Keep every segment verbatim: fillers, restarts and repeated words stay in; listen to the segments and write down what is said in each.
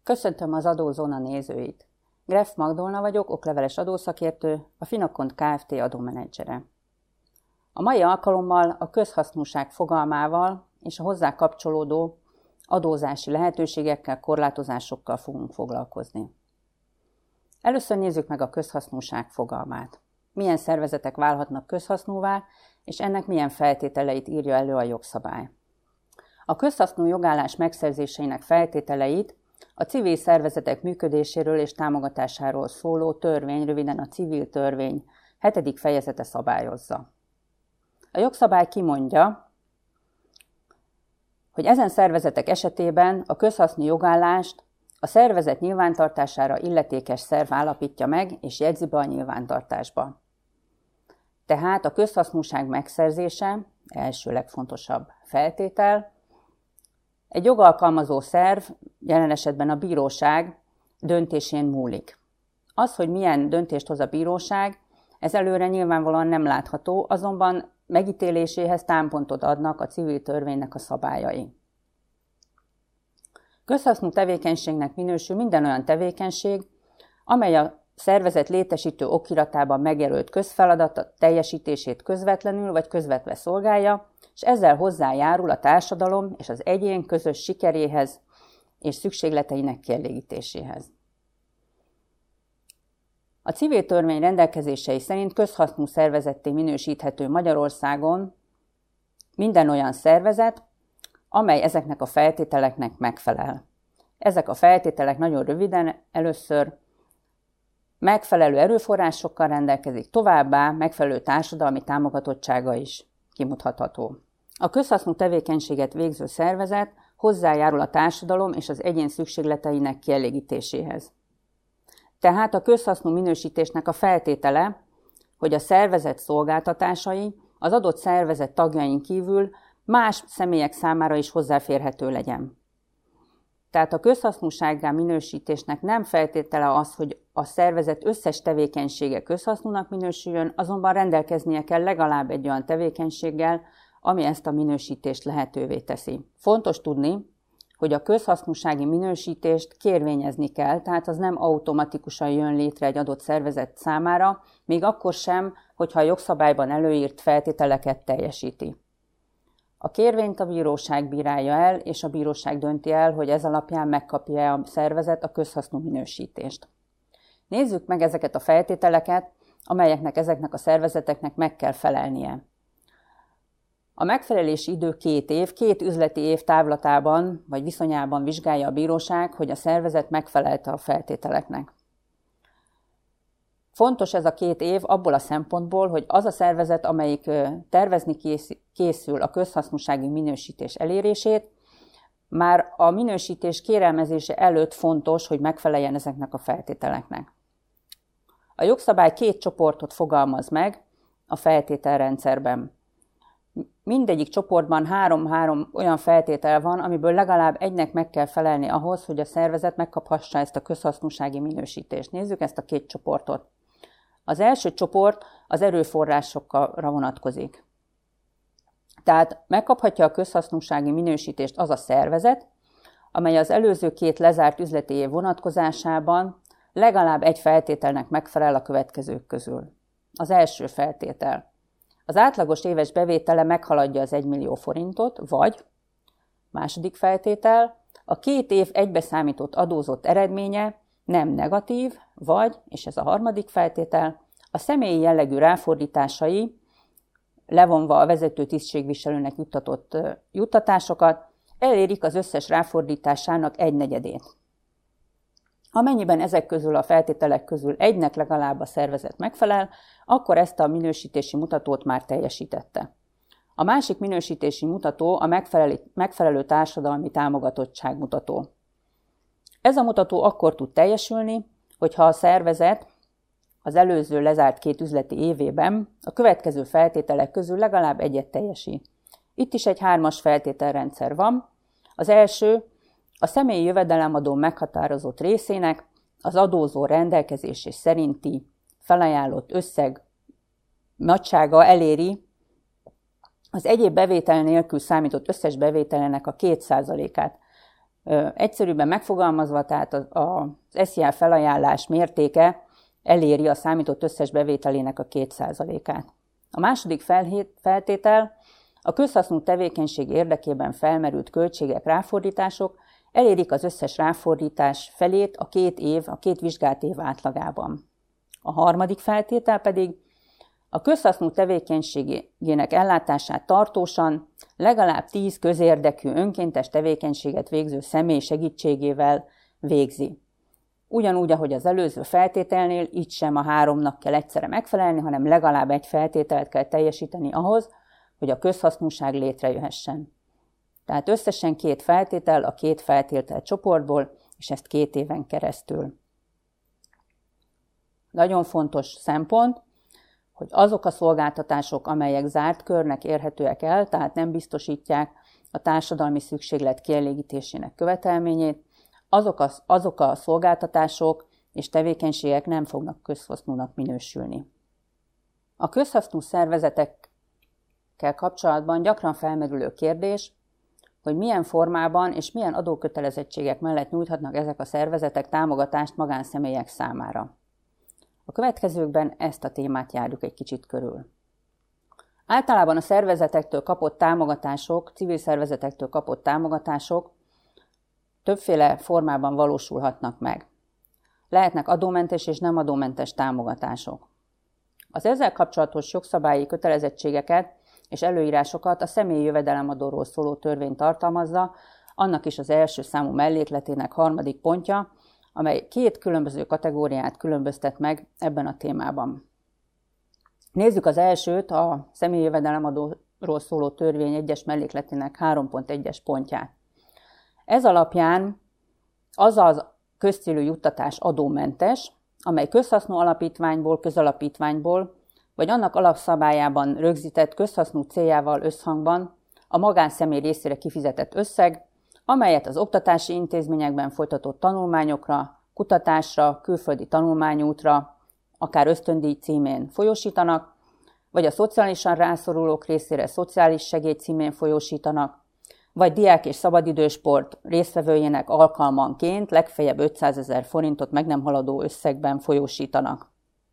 Köszöntöm az Adózóna nézőit! Greff Magdolna vagyok, okleveles adószakértő, a Finakont Kft. Adómenedzsere. A mai alkalommal a közhasznúság fogalmával és a hozzá kapcsolódó adózási lehetőségekkel, korlátozásokkal fogunk foglalkozni. Először nézzük meg a közhasznúság fogalmát. Milyen szervezetek válhatnak közhasznúvá, és ennek milyen feltételeit írja elő a jogszabály. A közhasznú jogállás megszerzéseinek feltételeit a civil szervezetek működéséről és támogatásáról szóló törvény, röviden a civil törvény hetedik fejezete szabályozza. A jogszabály kimondja, hogy ezen szervezetek esetében a közhasznú jogállást a szervezet nyilvántartására illetékes szerv állapítja meg és jegyzi be a nyilvántartásba. Tehát a közhasznúság megszerzése, első legfontosabb feltétel, egy jogalkalmazó szerv, jelen esetben a bíróság döntésén múlik. Az, hogy milyen döntést hoz a bíróság, ez előre nyilvánvalóan nem látható, azonban megítéléséhez támpontot adnak a civil törvénynek a szabályai. Közhasznú tevékenységnek minősül minden olyan tevékenység, amely a szervezet létesítő okiratában megjelölt közfeladat teljesítését közvetlenül vagy közvetve szolgálja, és ezzel hozzájárul a társadalom és az egyén közös sikeréhez és szükségleteinek kielégítéséhez. A civil törvény rendelkezései szerint közhasznú szervezetté minősíthető Magyarországon minden olyan szervezet, amely ezeknek a feltételeknek megfelel. Ezek a feltételek nagyon röviden először megfelelő erőforrásokkal rendelkezik, továbbá megfelelő társadalmi támogatottsága is kimutatható. A közhasznú tevékenységet végző szervezet hozzájárul a társadalom és az egyén szükségleteinek kielégítéséhez. Tehát a közhasznú minősítésnek a feltétele, hogy a szervezet szolgáltatásai az adott szervezet tagjain kívül más személyek számára is hozzáférhető legyen. Tehát a közhasznúsággá minősítésnek nem feltétele az, hogy a szervezet összes tevékenysége közhasznúnak minősüljön, azonban rendelkeznie kell legalább egy olyan tevékenységgel, ami ezt a minősítést lehetővé teszi. Fontos tudni, hogy a közhasznúsági minősítést kérvényezni kell, tehát az nem automatikusan jön létre egy adott szervezet számára, még akkor sem, hogyha a jogszabályban előírt feltételeket teljesíti. A kérvényt a bíróság bírálja el, és a bíróság dönti el, hogy ez alapján megkapja a szervezet a közhasznú minősítést. Nézzük meg ezeket a feltételeket, amelyeknek ezeknek a szervezeteknek meg kell felelnie. A megfelelési idő két év, két üzleti év távlatában vagy viszonyában vizsgálja a bíróság, hogy a szervezet megfelelte a feltételeknek. Fontos ez a két év abból a szempontból, hogy az a szervezet, amelyik tervezni készül a közhasznúsági minősítés elérését, már a minősítés kérelmezése előtt fontos, hogy megfeleljen ezeknek a feltételeknek. A jogszabály két csoportot fogalmaz meg a feltételrendszerben. Mindegyik csoportban három-három olyan feltétel van, amiből legalább egynek meg kell felelni ahhoz, hogy a szervezet megkaphassa ezt a közhasznúsági minősítést. Nézzük ezt a két csoportot. Az első csoport az erőforrásokra vonatkozik. Tehát megkaphatja a közhasznúsági minősítést az a szervezet, amely az előző két lezárt üzleti év vonatkozásában legalább egy feltételnek megfelel a következők közül. Az első feltétel. Az átlagos éves bevétele meghaladja az egymillió forintot, vagy második feltétel, a két év egybeszámított adózott eredménye nem negatív, vagy, és ez a harmadik feltétel, a személyi jellegű ráfordításai, levonva a vezető tisztségviselőnek juttatott juttatásokat, elérik az összes ráfordításának egynegyedét. Amennyiben ezek közül a feltételek közül egynek legalább a szervezet megfelel, akkor ezt a minősítési mutatót már teljesítette. A másik minősítési mutató a megfelelő, megfelelő társadalmi támogatottság mutató. Ez a mutató akkor tud teljesülni, hogyha a szervezet az előző lezárt két üzleti évében a következő feltételek közül legalább egyet teljesít. Itt is egy hármas feltételrendszer van. Az első, a személyi jövedelemadó meghatározott részének az adózó rendelkezése szerinti felajánlott összeg nagysága eléri az egyéb bevétel nélkül számított összes bevételének a két százalékát. Egyszerűbben megfogalmazva, tehát az es zé á felajánlás mértéke eléri a számított összes bevételének a két százalékát. A második feltétel, a közhasznú tevékenység érdekében felmerült költségek, ráfordítások elérik az összes ráfordítás felét a két év, a két vizsgált év átlagában. A harmadik feltétel pedig a közhasznú tevékenységének ellátását tartósan legalább tíz közérdekű önkéntes tevékenységet végző személy segítségével végzi. Ugyanúgy, ahogy az előző feltételnél, itt sem a háromnak kell egyszerre megfelelni, hanem legalább egy feltételt kell teljesíteni ahhoz, hogy a közhasznúság létrejöhessen. Tehát összesen két feltétel a két feltétel csoportból, és ezt két éven keresztül. Nagyon fontos szempont, hogy azok a szolgáltatások, amelyek zárt körnek érhetőek el, tehát nem biztosítják a társadalmi szükséglet kielégítésének követelményét, azok a, azok a szolgáltatások és tevékenységek nem fognak közhasznúnak minősülni. A közhasznú szervezetekkel kapcsolatban gyakran felmerülő kérdés, hogy milyen formában és milyen adókötelezettségek mellett nyújthatnak ezek a szervezetek támogatást magánszemélyek számára. A következőkben ezt a témát járjuk egy kicsit körül. Általában a szervezetektől kapott támogatások, civil szervezetektől kapott támogatások többféle formában valósulhatnak meg. Lehetnek adómentes és nem adómentes támogatások. Az ezzel kapcsolatos jogszabályi kötelezettségeket és előírásokat a személyi jövedelemadóról szóló törvény tartalmazza, annak is az első számú mellékletének harmadik pontja, amely két különböző kategóriát különböztet meg ebben a témában. Nézzük az elsőt, a személyi jövedelemadóról szóló törvény egyes mellékletének három pont egyes pontját. Ez alapján az az közcélú juttatás adómentes, amely közhasznú alapítványból, közalapítványból, vagy annak alapszabályában rögzített közhasznú céljával összhangban a magánszemély részére kifizetett összeg, amelyet az oktatási intézményekben folytatott tanulmányokra, kutatásra, külföldi tanulmányútra, akár ösztöndíj címén folyósítanak, vagy a szociálisan rászorulók részére szociális segély címén folyósítanak, vagy diák és szabadidősport résztvevőjének alkalmanként legfeljebb ötszázezer forintot meg nem haladó összegben folyósítanak.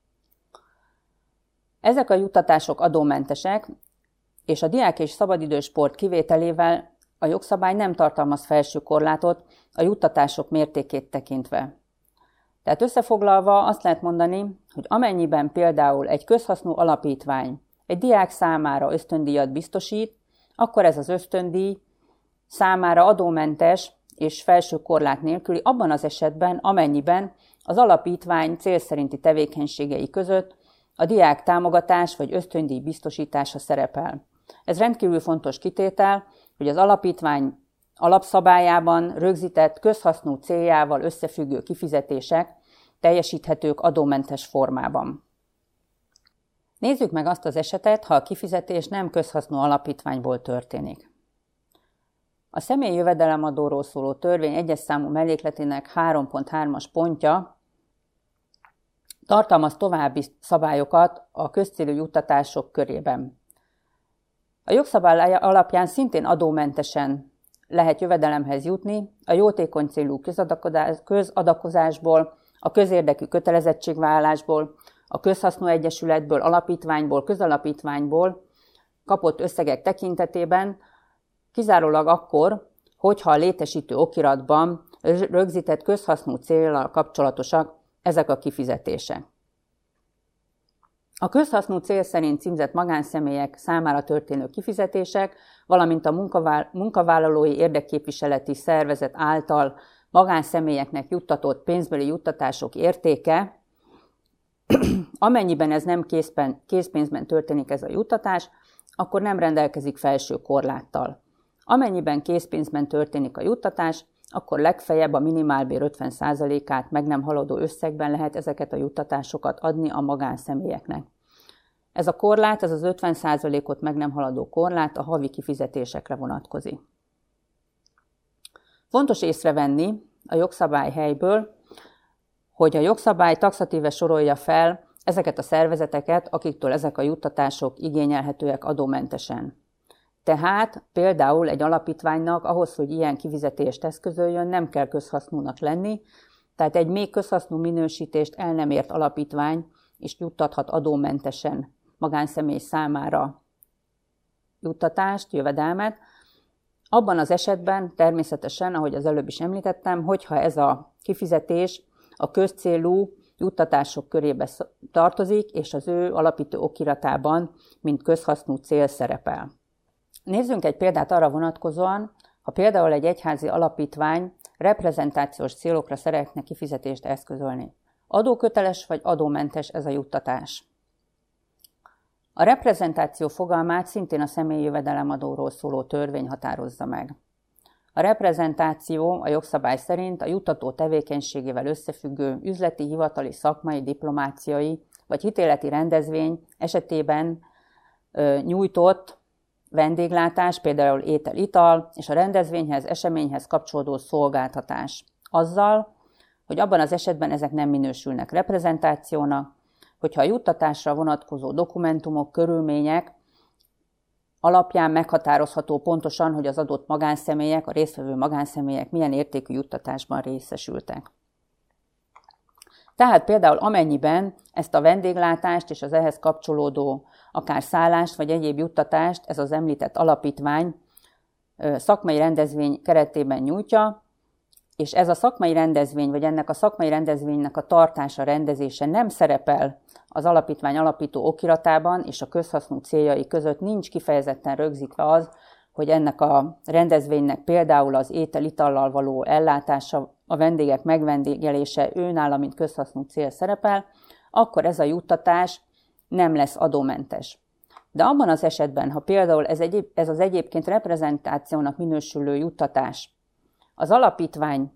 Ezek a juttatások adómentesek, és a diák és szabadidősport kivételével a jogszabály nem tartalmaz felső korlátot a juttatások mértékét tekintve. Tehát összefoglalva azt lehet mondani, hogy amennyiben például egy közhasznú alapítvány egy diák számára ösztöndíjat biztosít, akkor ez az ösztöndíj számára adómentes és felső korlát nélküli abban az esetben, amennyiben az alapítvány célszerinti tevékenységei között a diák támogatás vagy ösztöndíj biztosítása szerepel. Ez rendkívül fontos kitétel, hogy az alapítvány alapszabályában rögzített közhasznú céljával összefüggő kifizetések teljesíthetők adómentes formában. Nézzük meg azt az esetet, ha a kifizetés nem közhasznú alapítványból történik. A személyi jövedelemadóról szóló törvény egyes számú mellékletének három pont hármas pontja tartalmaz további szabályokat a közcélú juttatások körében. A jogszabály alapján szintén adómentesen lehet jövedelemhez jutni a jótékony célú közadakozásból, a közérdekű kötelezettségvállalásból, a közhasznú egyesületből, alapítványból, közalapítványból kapott összegek tekintetében, kizárólag akkor, hogyha a létesítő okiratban rögzített közhasznú céllal kapcsolatosak ezek a kifizetések. A közhasznú cél szerint címzett magánszemélyek számára történő kifizetések, valamint a munkavállalói érdekképviseleti szervezet által magánszemélyeknek juttatott pénzbeli juttatások értéke, amennyiben ez nem készpen, készpénzben történik ez a juttatás, akkor nem rendelkezik felső korláttal. Amennyiben készpénzben történik a juttatás, akkor legfeljebb a minimálbér ötven százalékát meg nem haladó összegben lehet ezeket a juttatásokat adni a magánszemélyeknek. Ez a korlát, ez az ötven százalékot meg nem haladó korlát a havi kifizetésekre vonatkozik. Fontos észrevenni a jogszabály helyből, hogy a jogszabály taxatíve sorolja fel ezeket a szervezeteket, akiktől ezek a juttatások igényelhetőek adómentesen. Tehát például egy alapítványnak ahhoz, hogy ilyen kifizetést eszközöljön, nem kell közhasznúnak lenni, tehát egy még közhasznú minősítést el nem ért alapítvány is juttathat adómentesen magánszemély számára juttatást, jövedelmet. Abban az esetben természetesen, ahogy az előbb is említettem, hogyha ez a kifizetés a közcélú juttatások körébe tartozik, és az ő alapító okiratában, mint közhasznú cél szerepel. Nézzünk egy példát arra vonatkozóan, ha például egy egyházi alapítvány reprezentációs célokra szeretne kifizetést eszközölni. Adóköteles vagy adómentes ez a juttatás? A reprezentáció fogalmát szintén a személyi jövedelemadóról szóló törvény határozza meg. A reprezentáció a jogszabály szerint a juttató tevékenységével összefüggő üzleti, hivatali, szakmai, diplomáciai vagy hitéleti rendezvény esetében ö, nyújtott vendéglátás, például étel-ital, és a rendezvényhez, eseményhez kapcsolódó szolgáltatás. Azzal, hogy abban az esetben ezek nem minősülnek reprezentációnak, hogyha a juttatásra vonatkozó dokumentumok, körülmények alapján meghatározható pontosan, hogy az adott magánszemélyek, a résztvevő magánszemélyek milyen értékű juttatásban részesültek. Tehát például amennyiben ezt a vendéglátást és az ehhez kapcsolódó akár szállást vagy egyéb juttatást ez az említett alapítvány szakmai rendezvény keretében nyújtja, és ez a szakmai rendezvény, vagy ennek a szakmai rendezvénynek a tartása, rendezése nem szerepel az alapítvány alapító okiratában, és a közhasznú céljai között nincs kifejezetten rögzítve az, hogy ennek a rendezvénynek például az étel-itallal való ellátása, a vendégek megvendégelése őnála, mint közhasznú cél szerepel, akkor ez a juttatás nem lesz adómentes. De abban az esetben, ha például ez, egyéb, ez az egyébként reprezentációnak minősülő juttatás az alapítvány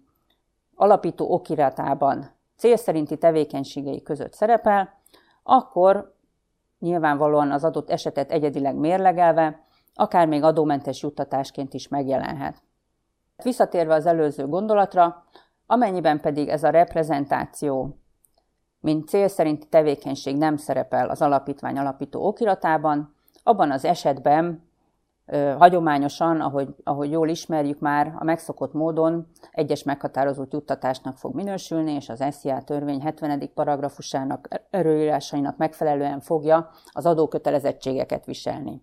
alapító okiratában cél szerinti tevékenységei között szerepel, akkor nyilvánvalóan az adott esetet egyedileg mérlegelve, akár még adómentes juttatásként is megjelenhet. Visszatérve az előző gondolatra, amennyiben pedig ez a reprezentáció, mint cél szerinti tevékenység nem szerepel az alapítvány alapító okiratában, abban az esetben ö, hagyományosan, ahogy, ahogy jól ismerjük már, a megszokott módon egyes meghatározott juttatásnak fog minősülni, és az es zé á törvény hetvenedik paragrafusának előírásainak megfelelően fogja az adókötelezettségeket viselni.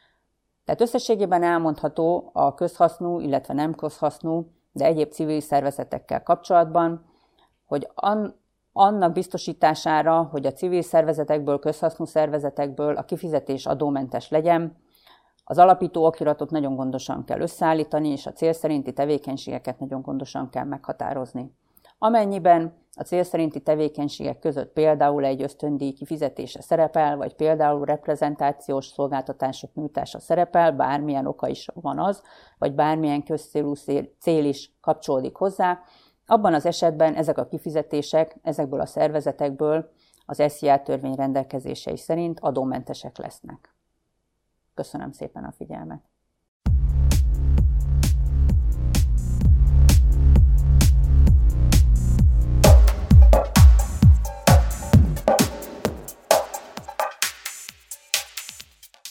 Tehát összességében elmondható a közhasznú, illetve nem közhasznú, de egyéb civil szervezetekkel kapcsolatban, hogy an, annak biztosítására, hogy a civil szervezetekből, közhasznú szervezetekből a kifizetés adómentes legyen, az alapító okiratot nagyon gondosan kell összeállítani, és a cél szerinti tevékenységeket nagyon gondosan kell meghatározni. Amennyiben a cél szerinti tevékenységek között például egy ösztöndíj kifizetése szerepel, vagy például reprezentációs szolgáltatások nyújtása szerepel, bármilyen oka is van az, vagy bármilyen közcélú cél is kapcsolódik hozzá, abban az esetben ezek a kifizetések ezekből a szervezetekből az es zé á törvény rendelkezései szerint adómentesek lesznek. Köszönöm szépen a figyelmet!